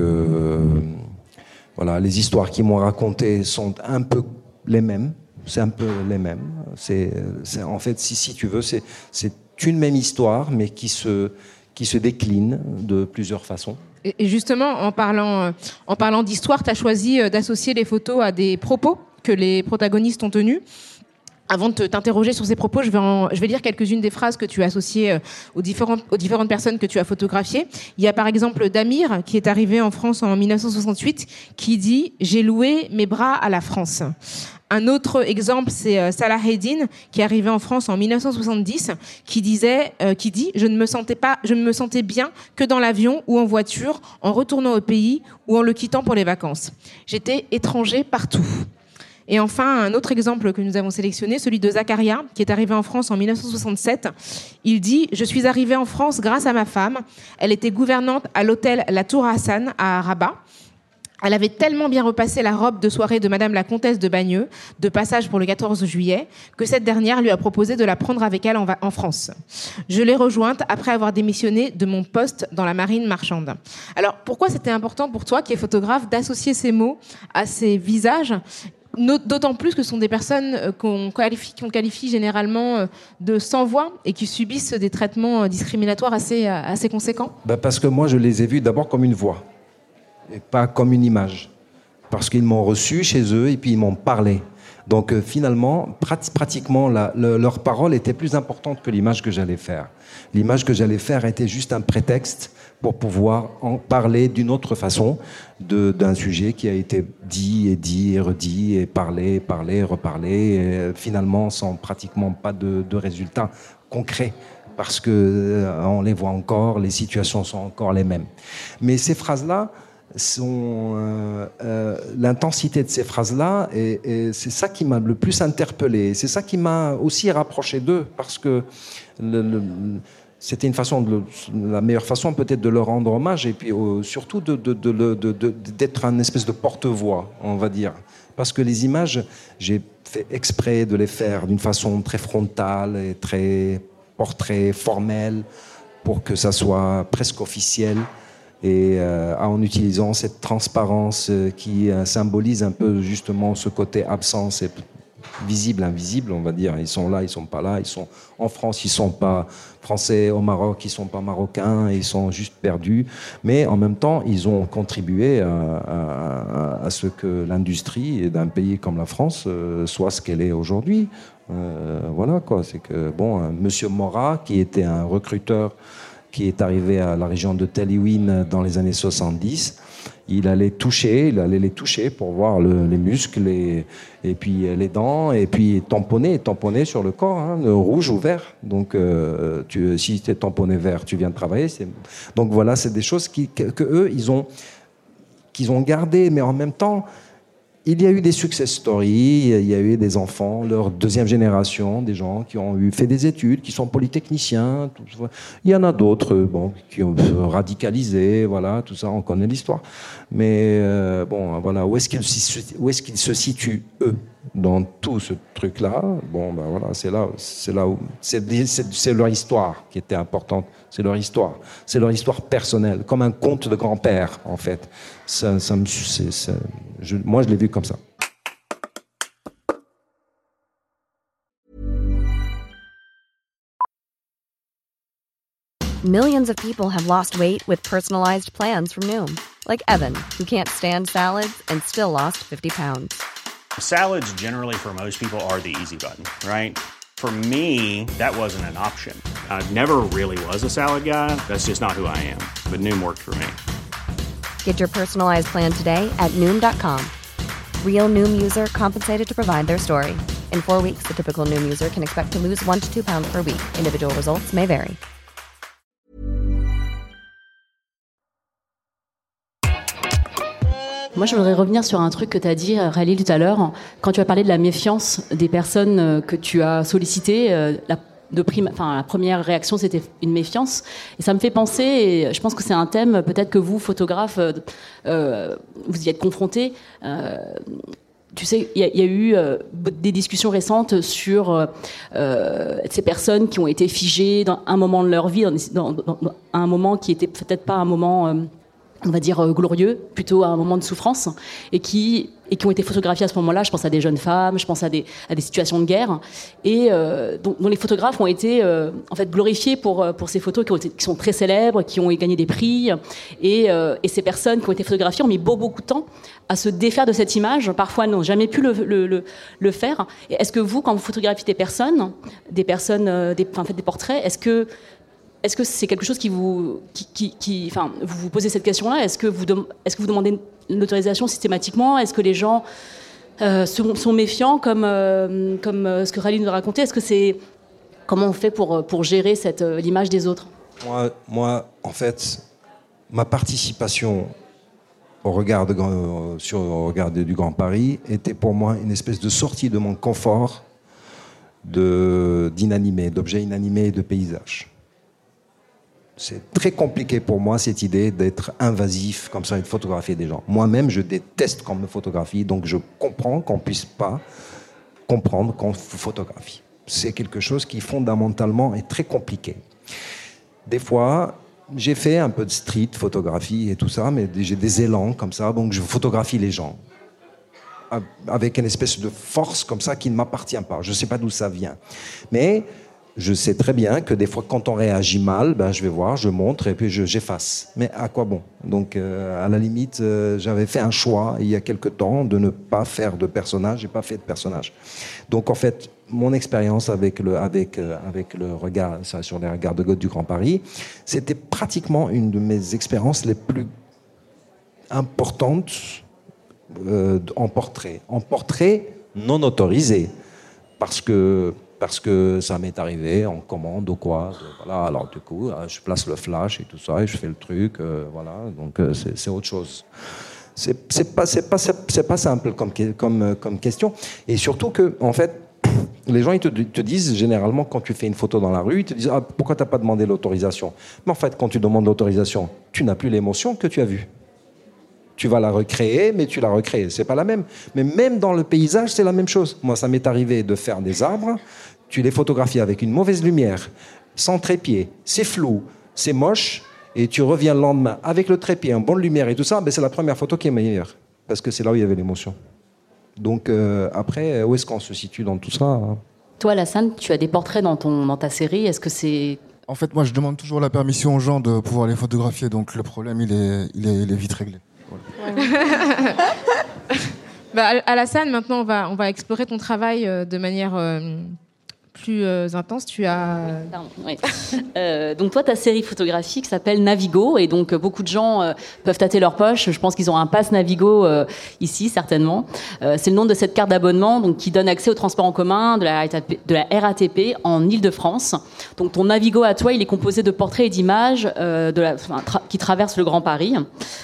voilà, les histoires qu'ils m'ont racontées sont un peu les mêmes. C'est un peu les mêmes. En fait, si tu veux, c'est une même histoire, mais qui se décline de plusieurs façons. Et justement, en parlant d'histoire, tu as choisi d'associer les photos à des propos que les protagonistes ont tenus. Avant de t'interroger sur ces propos, je vais lire quelques-unes des phrases que tu as associées aux différentes personnes que tu as photographiées. Il y a par exemple Damir, qui est arrivé en France en 1968, qui dit « J'ai loué mes bras à la France ». Un autre exemple, c'est Salah Eddine, qui est arrivé en France en 1970, qui dit « Je ne me sentais bien que dans l'avion ou en voiture, en retournant au pays ou en le quittant pour les vacances. J'étais étranger partout ». Et enfin, un autre exemple que nous avons sélectionné, celui de Zakaria, qui est arrivé en France en 1967. Il dit « Je suis arrivé en France grâce à ma femme. Elle était gouvernante à l'hôtel La Tour Hassan à Rabat. Elle avait tellement bien repassé la robe de soirée de Madame la Comtesse de Bagneux, de passage pour le 14 juillet, que cette dernière lui a proposé de la prendre avec elle en France. Je l'ai rejointe après avoir démissionné de mon poste dans la marine marchande. » Alors, pourquoi c'était important pour toi, qui es photographe, d'associer ces mots à ces visages ? D'autant plus que ce sont des personnes qu'on qualifie généralement de sans-voix et qui subissent des traitements discriminatoires assez conséquents. Parce que moi, je les ai vus d'abord comme une voix, et pas comme une image. Parce qu'ils m'ont reçu chez eux et puis ils m'ont parlé. Donc finalement, pratiquement, leur parole était plus importante que l'image que j'allais faire. L'image que j'allais faire était juste un prétexte pour pouvoir en parler d'une autre façon d'un sujet qui a été dit et redit et parlé, reparlé, et finalement sans pratiquement pas de résultats concrets, parce que on les voit encore, les situations sont encore les mêmes. Mais ces phrases-là l'intensité de ces phrases-là, et c'est ça qui m'a le plus interpellé. C'est ça qui m'a aussi rapproché d'eux, parce que c'était une façon, la meilleure façon peut-être de leur rendre hommage, et puis surtout d'être un espèce de porte-voix, on va dire. Parce que les images, j'ai fait exprès de les faire d'une façon très frontale et très portrait formel, pour que ça soit presque officiel. Et en utilisant cette transparence qui symbolise un peu justement ce côté absence et visible, invisible, on va dire. Ils sont là, ils sont pas là. Ils sont en France, ils sont pas français. Au Maroc, ils sont pas marocains. Ils sont juste perdus. Mais en même temps, ils ont contribué à ce que l'industrie d'un pays comme la France soit ce qu'elle est aujourd'hui. Voilà quoi. C'est que bon, Monsieur Morat, qui était un recruteur, qui est arrivé à la région de Taïwan dans les années 70. Il allait les toucher pour voir les muscles et puis les dents, et puis tamponner sur le corps, hein, rouge ou vert. Donc, si tu es tamponné vert, tu viens de travailler. Donc voilà, c'est des choses que eux, qu'ils ont gardées, mais en même temps, il y a eu des success stories, il y a eu des enfants, leur deuxième génération, des gens qui ont fait des études, qui sont polytechniciens. Il y en a d'autres, qui ont radicalisé, voilà, tout ça, on connaît l'histoire. Mais voilà, où est-ce qu'ils se situent eux dans tout ce truc-là? Voilà, c'est là où c'est leur histoire qui était importante. C'est leur histoire personnelle, comme un conte de grand-père en fait. Moi, je l'ai vu comme ça. Millions of people have lost weight with personalized plans from Noom. Like Evan, who can't stand salads and still lost 50 pounds. Salads generally for most people are the easy button, right? For me, that wasn't an option. I never really was a salad guy. That's just not who I am. But Noom worked for me. Get your personalized plan today at Noom.com. Real Noom user compensated to provide their story. In 4 weeks, the typical Noom user can expect to lose 1 to 2 pounds per week. Individual results may vary. Moi, je voudrais revenir sur un truc que tu as dit, Khalil, tout à l'heure, quand tu as parlé de la méfiance des personnes que tu as sollicitées. La première réaction, c'était une méfiance. Et ça me fait penser, et je pense que c'est un thème, peut-être que vous, photographes, vous y êtes confrontés. Tu sais, il y a eu des discussions récentes sur ces personnes qui ont été figées dans un moment de leur vie, dans un moment qui était peut-être pas un moment... on va dire glorieux, plutôt à un moment de souffrance, et qui et qui ont été photographiées à ce moment-là. Je pense à des jeunes femmes, je pense à des situations de guerre, et dont les photographes ont été en fait glorifiés pour ces photos qui sont très célèbres, qui ont gagné des prix, et ces personnes qui ont été photographiées ont mis beaucoup de temps à se défaire de cette image. Parfois, n'ont jamais pu le faire. Et est-ce que vous, quand vous photographiez des portraits, est-ce que c'est quelque chose qui vous posez cette question-là? Est-ce que vous demandez l'autorisation systématiquement? Est-ce que les gens sont méfiants comme ce que Khalid nous a raconté? Comment on fait pour gérer l'image des autres? Moi, en fait, ma participation au regard du Grand Paris était pour moi une espèce de sortie de mon confort d'inanimé, d'objets inanimés et de paysages. C'est très compliqué pour moi, cette idée d'être invasif comme ça et de photographier des gens. Moi-même, je déteste qu'on me photographie, donc je comprends qu'on ne puisse pas comprendre qu'on photographie. C'est quelque chose qui, fondamentalement, est très compliqué. Des fois, j'ai fait un peu de street photographie et tout ça, mais j'ai des élans comme ça, donc je photographie les gens avec une espèce de force comme ça qui ne m'appartient pas. Je ne sais pas d'où ça vient. Mais je sais très bien que des fois, quand on réagit mal, je vais voir, je montre et puis j'efface. Mais à quoi bon? Donc, à la limite, j'avais fait un choix il y a quelque temps de ne pas faire de personnage. J'ai pas fait de personnage. Donc, en fait, mon expérience avec le regard sur les regards de Gaulle du Grand Paris, c'était pratiquement une de mes expériences les plus importantes en portrait non autorisé, parce que ça m'est arrivé en commande ou quoi. Voilà, alors du coup, je place le flash et tout ça, et je fais le truc, voilà. Donc c'est autre chose. C'est pas simple comme question. Et surtout que, en fait, les gens ils te disent généralement quand tu fais une photo dans la rue, ils te disent pourquoi t'as pas demandé l'autorisation? Mais en fait, quand tu demandes l'autorisation, tu n'as plus l'émotion que tu as vue. Tu vas la recréer, mais tu la recrées. C'est pas la même. Mais même dans le paysage, c'est la même chose. Moi, ça m'est arrivé de faire des arbres. Tu les photographies avec une mauvaise lumière, sans trépied. C'est flou, c'est moche. Et tu reviens le lendemain avec le trépied, une bonne lumière et tout ça. C'est la première photo qui est meilleure. Parce que c'est là où il y avait l'émotion. Donc, après, où est-ce qu'on se situe dans tout ça, hein? Toi, Alassane, tu as des portraits dans ta série. Est-ce que c'est... En fait, moi, je demande toujours la permission aux gens de pouvoir les photographier. Donc, le problème, il est vite réglé. Alassane, maintenant on va explorer ton travail de manière plus intense. Tu as... Pardon, oui. Donc toi, ta série photographique s'appelle Navigo, et donc beaucoup de gens peuvent tâter leur poche. Je pense qu'ils ont un pass Navigo ici, certainement. C'est le nom de cette carte d'abonnement, donc qui donne accès au transport en commun de la RATP en Île-de-France. Donc ton Navigo à toi, il est composé de portraits et d'images qui traversent le Grand Paris.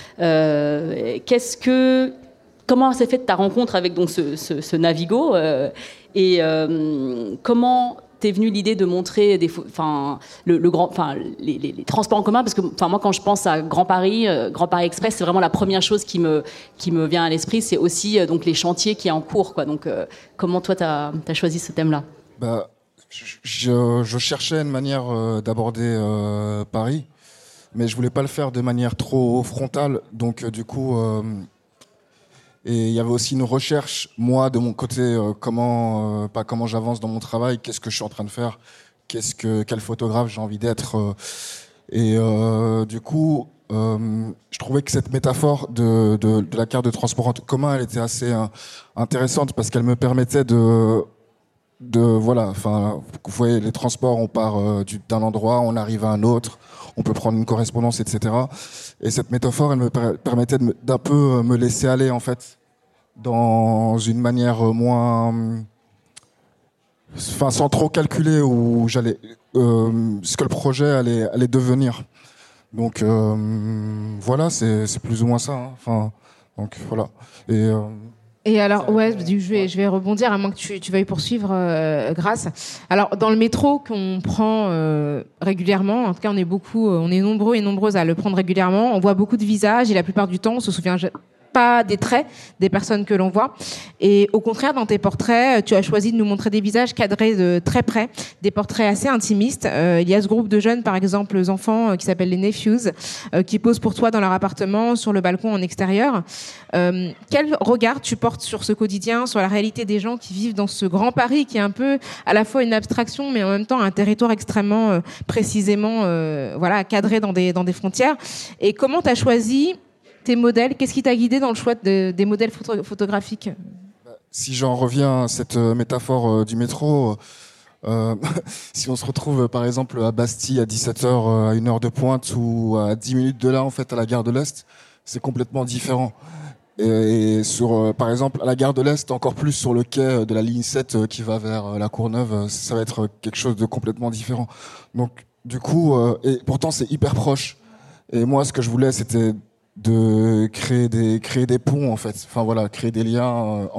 Comment s'est faite ta rencontre avec donc ce Navigo, et comment t'es venue l'idée de montrer les transports en commun? Parce que moi, quand je pense à Grand Paris Express, c'est vraiment la première chose qui me vient à l'esprit. C'est aussi donc les chantiers qui est en cours, quoi. Donc comment toi t'as choisi ce thème-là? Je cherchais une manière d'aborder Paris, mais je voulais pas le faire de manière trop frontale. Donc du coup, et il y avait aussi une recherche, moi de mon côté, comment j'avance dans mon travail, qu'est-ce que je suis en train de faire, quel photographe j'ai envie d'être. Et du coup, je trouvais que cette métaphore de la carte de transport en commun, elle était assez intéressante, parce qu'elle me permettait voilà, enfin, vous voyez, les transports, on part d'un endroit, on arrive à un autre, on peut prendre une correspondance, etc. Et cette métaphore, elle me permettait d'un peu me laisser aller, en fait, dans une manière moins, enfin, sans trop calculer où j'allais, ce que le projet allait devenir. Donc voilà, c'est plus ou moins ça, hein. Enfin, donc voilà. Et alors, ouais, je vais rebondir, à moins que tu veuilles poursuivre, Grâce. Alors, dans le métro qu'on prend régulièrement, en tout cas, on est nombreux et nombreuses à le prendre régulièrement, on voit beaucoup de visages, et la plupart du temps, on se souvient pas des traits des personnes que l'on voit. Et au contraire, dans tes portraits, tu as choisi de nous montrer des visages cadrés de très près, des portraits assez intimistes. Il y a ce groupe de jeunes, par exemple, les enfants qui s'appellent les Nephews, qui posent pour toi dans leur appartement, sur le balcon en extérieur. Quel regard tu portes sur ce quotidien, sur la réalité des gens qui vivent dans ce grand Paris, qui est un peu à la fois une abstraction, mais en même temps un territoire extrêmement précisément cadré dans des frontières. Et comment tu as choisi tes modèles? Qu'est-ce qui t'a guidé dans le choix des modèles photographiques? Si j'en reviens à cette métaphore du métro, si on se retrouve par exemple à Bastille à 17h, à 1h de pointe, ou à 10 minutes de là, en fait, à la gare de l'Est, c'est complètement différent. Et sur, par exemple, à la gare de l'Est, encore plus sur le quai de la ligne 7 qui va vers la Courneuve, ça va être quelque chose de complètement différent. Donc, du coup, et pourtant c'est hyper proche. Et moi, ce que je voulais, c'était de créer des ponts, en fait. Enfin voilà, créer des liens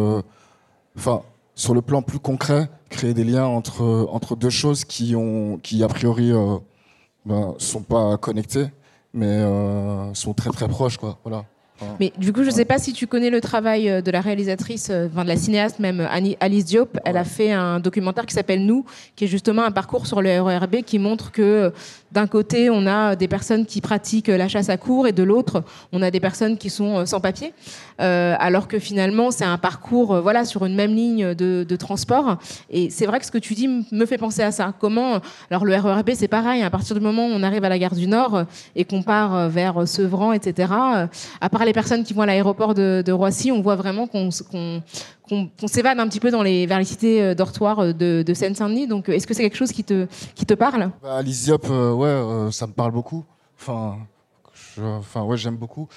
sur le plan plus concret, créer des liens entre deux choses qui a priori sont pas connectées, mais sont très très proches, quoi. Voilà. Mais du coup, je ne sais pas si tu connais le travail de la réalisatrice, de la cinéaste même, Alice Diop. Elle a fait un documentaire qui s'appelle Nous, qui est justement un parcours sur le RER B qui montre que d'un côté, on a des personnes qui pratiquent la chasse à courre et de l'autre, on a des personnes qui sont sans papier. Alors que finalement, c'est un parcours sur une même ligne de transport. Et c'est vrai que ce que tu dis me fait penser à ça. Alors le RER B, c'est pareil. À partir du moment où on arrive à la gare du Nord et qu'on part vers Sevran, etc., à part les personnes qui vont à l'aéroport de Roissy, on voit vraiment qu'on s'évade un petit peu vers les cités dortoirs de Seine-Saint-Denis. Donc, est-ce que c'est quelque chose qui te parle? Alice Diop, ça me parle beaucoup. J'aime beaucoup.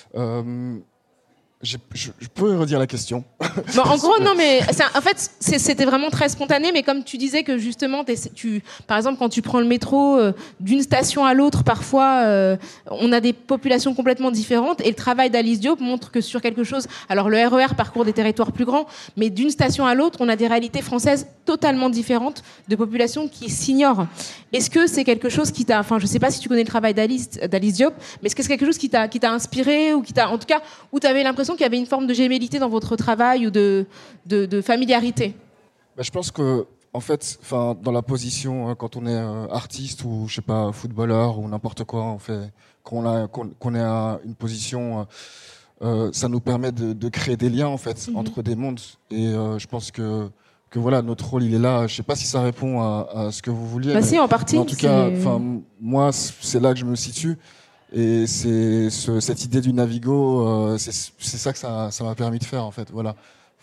Je peux redire la question. Bon, en gros, non, mais en fait, c'était vraiment très spontané. Mais comme tu disais que justement, par exemple, quand tu prends le métro d'une station à l'autre, parfois, on a des populations complètement différentes. Et le travail d'Alice Diop montre que sur quelque chose, alors le RER parcourt des territoires plus grands, mais d'une station à l'autre, on a des réalités françaises totalement différentes de populations qui s'ignorent. Est-ce que c'est quelque chose qui t'a, je sais pas si tu connais le travail d'Alice Diop, mais est-ce que c'est quelque chose qui t'a inspiré, ou en tout cas, où tu avais l'impression qu'il y avait une forme de gémellité dans votre travail ou de familiarité? Je pense que, en fait, dans la position, quand on est artiste ou, je sais pas, footballeur ou n'importe quoi, qu'on est à une position, ça nous permet de créer des liens, en fait, entre des mondes. Et je pense que voilà, notre rôle, il est là. Je sais pas si ça répond à ce que vous vouliez. Si, en partie. Mais en tout cas, moi, c'est là que je me situe. Et c'est cette idée du Navigo, c'est ça que ça m'a permis de faire, en fait. Voilà.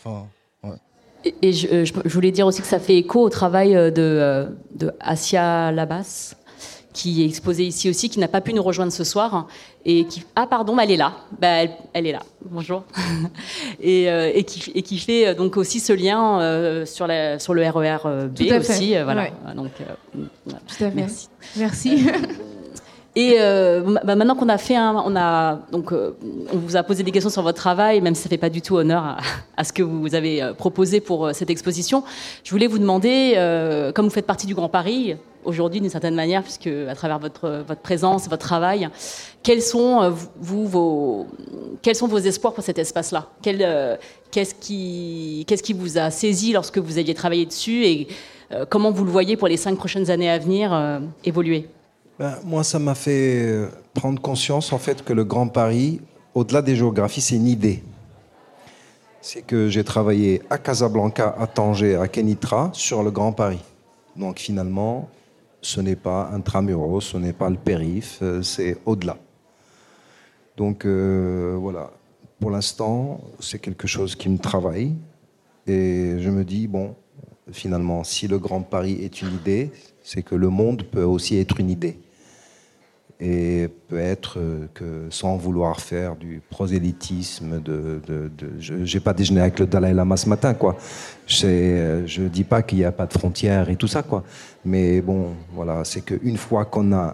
Et je voulais dire aussi que ça fait écho au travail de Assia Labas, qui est exposée ici aussi, qui n'a pas pu nous rejoindre ce soir, et qui... Ah pardon, elle est là. Elle est là. Bonjour. et qui fait donc aussi ce lien sur le RER B aussi. Voilà. Ouais. Donc, tout à fait. Merci. Et maintenant qu'on a fait on vous a posé des questions sur votre travail, même si ça fait pas du tout honneur à ce que vous avez proposé pour cette exposition. Je voulais vous demander, comme vous faites partie du Grand Paris aujourd'hui d'une certaine manière, puisque à travers votre présence, votre travail, quels sont vos espoirs pour cet espace-là? Qu'est-ce qui vous a saisi lorsque vous aviez travaillé dessus, et comment vous le voyez pour les 5 prochaines années à venir évoluer? Moi, ça m'a fait prendre conscience, en fait, que le Grand Paris, au-delà des géographies, c'est une idée. C'est que j'ai travaillé à Casablanca, à Tanger, à Kenitra, sur le Grand Paris. Donc, finalement, ce n'est pas intramuros, ce n'est pas le périph', c'est au-delà. Donc, voilà. Pour l'instant, c'est quelque chose qui me travaille. Et je me dis, bon, finalement, si le Grand Paris est une idée, c'est que le monde peut aussi être une idée. Et peut-être que, sans vouloir faire du prosélytisme, j'ai pas déjeuné avec le Dalai Lama ce matin, quoi. Je dis pas qu'il n'y a pas de frontières et tout ça, quoi. Mais bon, voilà, c'est qu'une fois qu'on a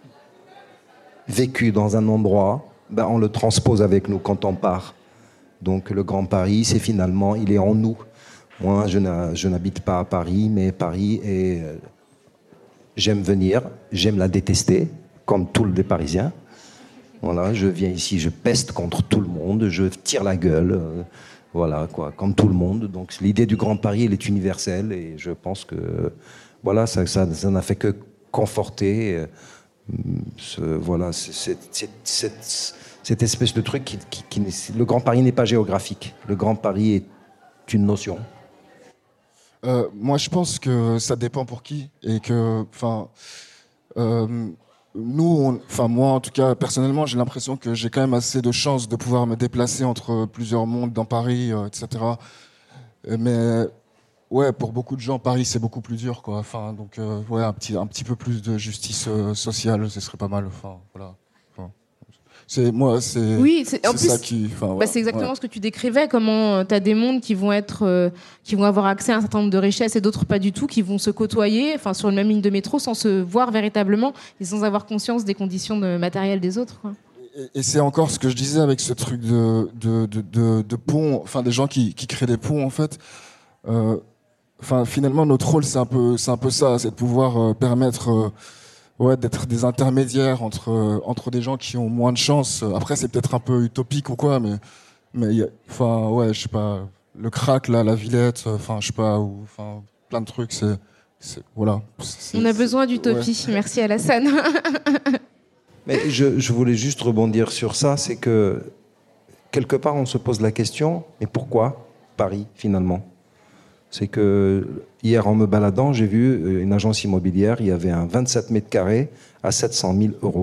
vécu dans un endroit, on le transpose avec nous quand on part. Donc le Grand Paris, c'est finalement, il est en nous. Moi, je n'habite pas à Paris, mais Paris est... j'aime venir, j'aime la détester, comme tous les Parisiens. Voilà, je viens ici, je peste contre tout le monde, je tire la gueule, voilà, quoi, comme tout le monde. Donc l'idée du Grand Paris, elle est universelle et je pense que voilà, ça n'a fait que conforter voilà, cette espèce de truc le Grand Paris n'est pas géographique. Le Grand Paris est une notion. Moi, je pense que ça dépend pour qui et que, moi, en tout cas, personnellement, j'ai l'impression que j'ai quand même assez de chance de pouvoir me déplacer entre plusieurs mondes dans Paris, etc. Mais ouais, pour beaucoup de gens, Paris, c'est beaucoup plus dur, quoi. Enfin, donc, ouais, un petit peu plus de justice sociale, ce serait pas mal. Enfin, voilà. C'est ça qui. C'est exactement ce que tu décrivais. Comment tu as des mondes qui vont avoir accès à un certain nombre de richesses et d'autres pas du tout, qui vont se côtoyer, sur une même ligne de métro, sans se voir véritablement et sans avoir conscience des conditions matérielles des autres, quoi. Et c'est encore ce que je disais avec ce truc de pont, des gens qui créent des ponts, en fait. Finalement, notre rôle, c'est un peu ça, c'est de pouvoir permettre. D'être des intermédiaires entre des gens qui ont moins de chance. Après, c'est peut-être un peu utopique ou quoi, mais je sais pas, le crack, là, la Villette, je sais pas, plein de trucs, voilà. On a besoin d'utopie. Ouais. Merci Alassane. Mais je voulais juste rebondir sur ça, c'est que quelque part, on se pose la question, mais pourquoi Paris, finalement ? C'est que hier, en me baladant, j'ai vu une agence immobilière, il y avait un 27 mètres carrés à 700 000 €.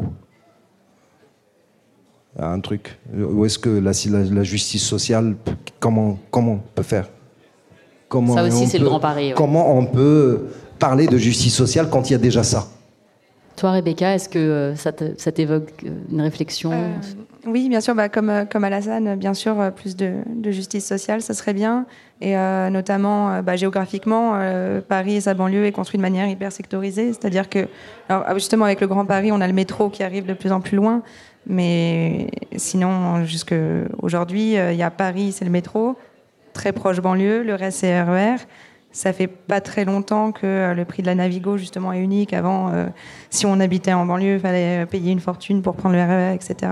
Un truc. Où est-ce que la justice sociale, comment on peut faire ? Ça aussi, c'est le Grand Paris. Ouais. Comment on peut parler de justice sociale quand il y a déjà ça ? Toi, Rebecca, est-ce que ça t'évoque une réflexion ? Oui, bien sûr, comme Alassane, bien sûr, plus de justice sociale, ça serait bien. Et notamment, géographiquement, Paris et sa banlieue est construit de manière hyper sectorisée. C'est-à-dire que, alors, justement, avec le Grand Paris, on a le métro qui arrive de plus en plus loin. Mais sinon, jusqu'aujourd'hui, il y a Paris, c'est le métro, très proche banlieue, le reste, c'est RER. Ça fait pas très longtemps que le prix de la Navigo, justement, est unique. Avant, si on habitait en banlieue, il fallait payer une fortune pour prendre le RER, etc.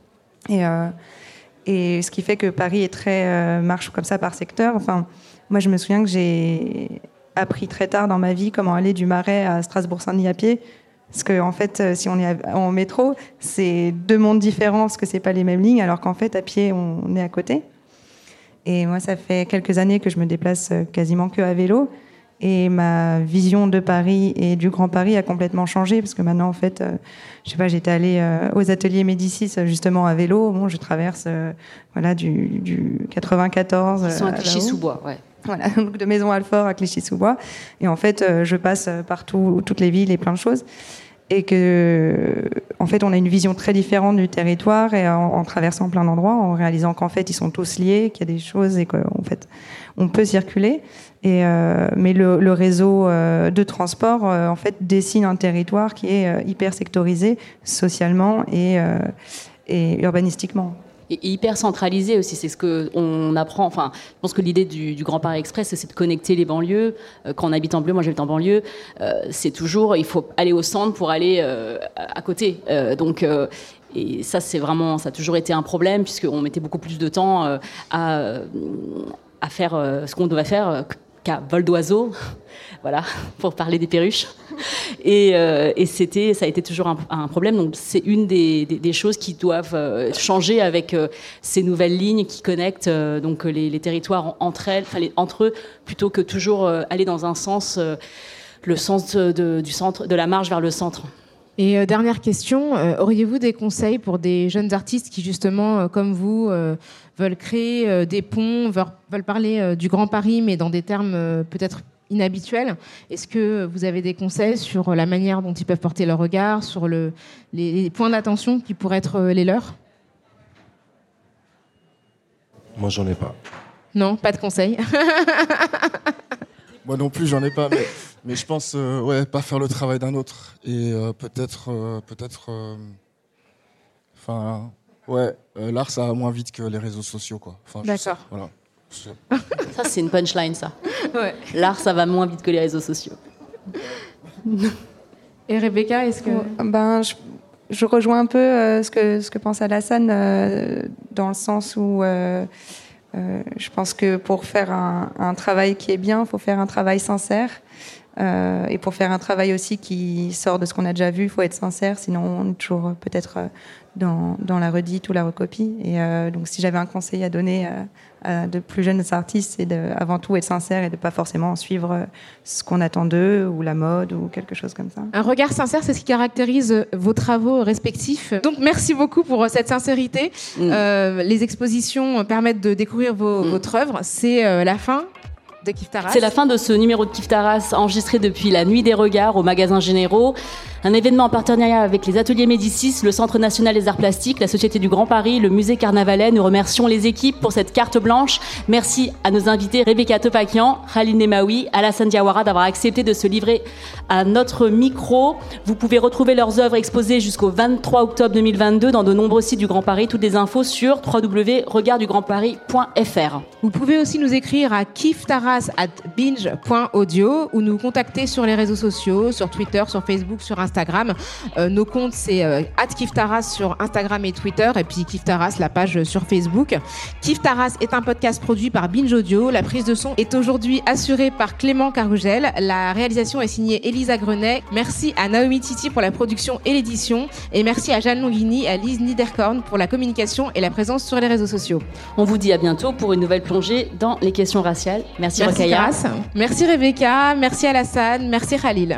Et ce qui fait que Paris est très marche comme ça par secteur. Moi, je me souviens que j'ai appris très tard dans ma vie comment aller du Marais à Strasbourg-Saint-Denis à pied. Parce qu'en fait, si on est en métro, c'est deux mondes différents parce que c'est pas les mêmes lignes, alors qu'en fait, à pied, on est à côté. Et moi, ça fait quelques années que je me déplace quasiment que à vélo. Et ma vision de Paris et du Grand Paris a complètement changé. Parce que maintenant, en fait, j'étais allée aux ateliers Médicis, justement, à vélo. Bon, je traverse du 94. Ils sont à Clichy-sous-Bois, ouais. Voilà, donc de Maison-Alfort à Clichy-sous-Bois. Et en fait, je passe partout, toutes les villes et plein de choses. Et que, en fait, on a une vision très différente du territoire et en traversant plein d'endroits, en réalisant qu'en fait, ils sont tous liés, qu'il y a des choses et qu'en fait, on peut circuler. Mais le réseau de transport, en fait, dessine un territoire qui est hyper sectorisé socialement et urbanistiquement. Et hyper centralisé aussi, c'est ce qu'on apprend. Je pense que l'idée du Grand Paris Express, c'est de connecter les banlieues. Quand on habite en banlieue, moi j'habite en banlieue, c'est toujours, il faut aller au centre pour aller à côté. Et ça, ça a toujours été un problème, puisqu'on mettait beaucoup plus de temps à faire ce qu'on devait faire qu'à vol d'oiseau, voilà, pour parler des perruches. Et ça a été toujours un problème. Donc c'est une des choses qui doivent changer avec ces nouvelles lignes qui connectent donc les territoires entre eux, plutôt que toujours aller dans un sens, le sens du centre, de la marge vers le centre. Et dernière question, auriez-vous des conseils pour des jeunes artistes qui, justement, comme vous, veulent créer des ponts, veulent parler du Grand Paris, mais dans des termes peut-être inhabituels ? Est-ce que vous avez des conseils sur la manière dont ils peuvent porter leur regard, sur les points d'attention qui pourraient être les leurs ? Moi, j'en ai pas. Non, pas de conseils. Moi non plus, j'en ai pas, mais je pense, pas faire le travail d'un autre. Et l'art, ça va moins vite que les réseaux sociaux, quoi. D'accord. Voilà. Ça, c'est une punchline, ça. Ouais. L'art, ça va moins vite que les réseaux sociaux. Et Rebecca, est-ce que... je rejoins un peu ce que pense Alassane dans le sens où je pense que pour faire un travail qui est bien, il faut faire un travail sincère. Et pour faire un travail aussi qui sort de ce qu'on a déjà vu, il faut être sincère, sinon on est toujours peut-être dans la redite ou la recopie. Et donc si j'avais un conseil à donner à de plus jeunes artistes, c'est avant tout être sincère et de pas forcément suivre ce qu'on attend d'eux ou la mode ou quelque chose comme ça. Un regard sincère, c'est ce qui caractérise vos travaux respectifs. Donc merci beaucoup pour cette sincérité. Les expositions permettent de découvrir votre œuvre. C'est la fin de Kif Taras. C'est la fin de ce numéro de Kif Taras enregistré depuis la Nuit des Regards au Magasin Généraux. Un événement en partenariat avec les Ateliers Médicis, le Centre National des Arts Plastiques, la Société du Grand Paris, le Musée Carnavalet. Nous remercions les équipes pour cette carte blanche. Merci à nos invités Rebecca Topakian, Khalil Nemaoui, Alassane Diawara d'avoir accepté de se livrer à notre micro. Vous pouvez retrouver leurs œuvres exposées jusqu'au 23 octobre 2022 dans de nombreux sites du Grand Paris. Toutes les infos sur www.regarddugrandparis.fr. Vous pouvez aussi nous écrire à kiftaras@binge.audio ou nous contacter sur les réseaux sociaux, sur Twitter, sur Facebook, sur Instagram. Nos comptes, c'est @kiftaras sur Instagram et Twitter, et puis Kif Taras, la page sur Facebook. Kif Taras est un podcast produit par Binge Audio. La prise de son est aujourd'hui assurée par Clément Carougel. La réalisation est signée Elisa Grenet. Merci à Naomi Titi pour la production et l'édition. Et merci à Jeanne Longhini et à Lise Niederkorn pour la communication et la présence sur les réseaux sociaux. On vous dit à bientôt pour une nouvelle plongée dans les questions raciales. Merci Rokhaya. Merci Rebecca. Merci Alassane. Merci Khalil.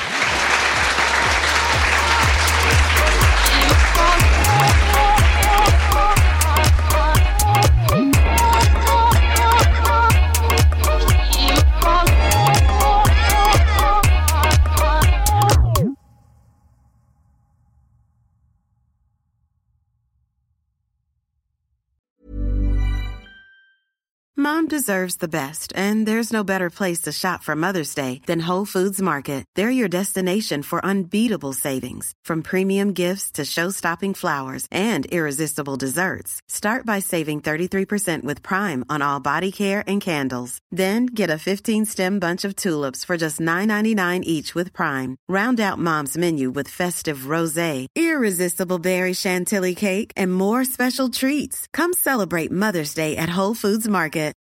Mom deserves the best, and there's no better place to shop for Mother's Day than Whole Foods Market. They're your destination for unbeatable savings, from premium gifts to show-stopping flowers and irresistible desserts. Start by saving 33% with Prime on all body care and candles. Then get a 15-stem bunch of tulips for just $9.99 each with Prime. Round out Mom's menu with festive rosé, irresistible berry chantilly cake, and more special treats. Come celebrate Mother's Day at Whole Foods Market.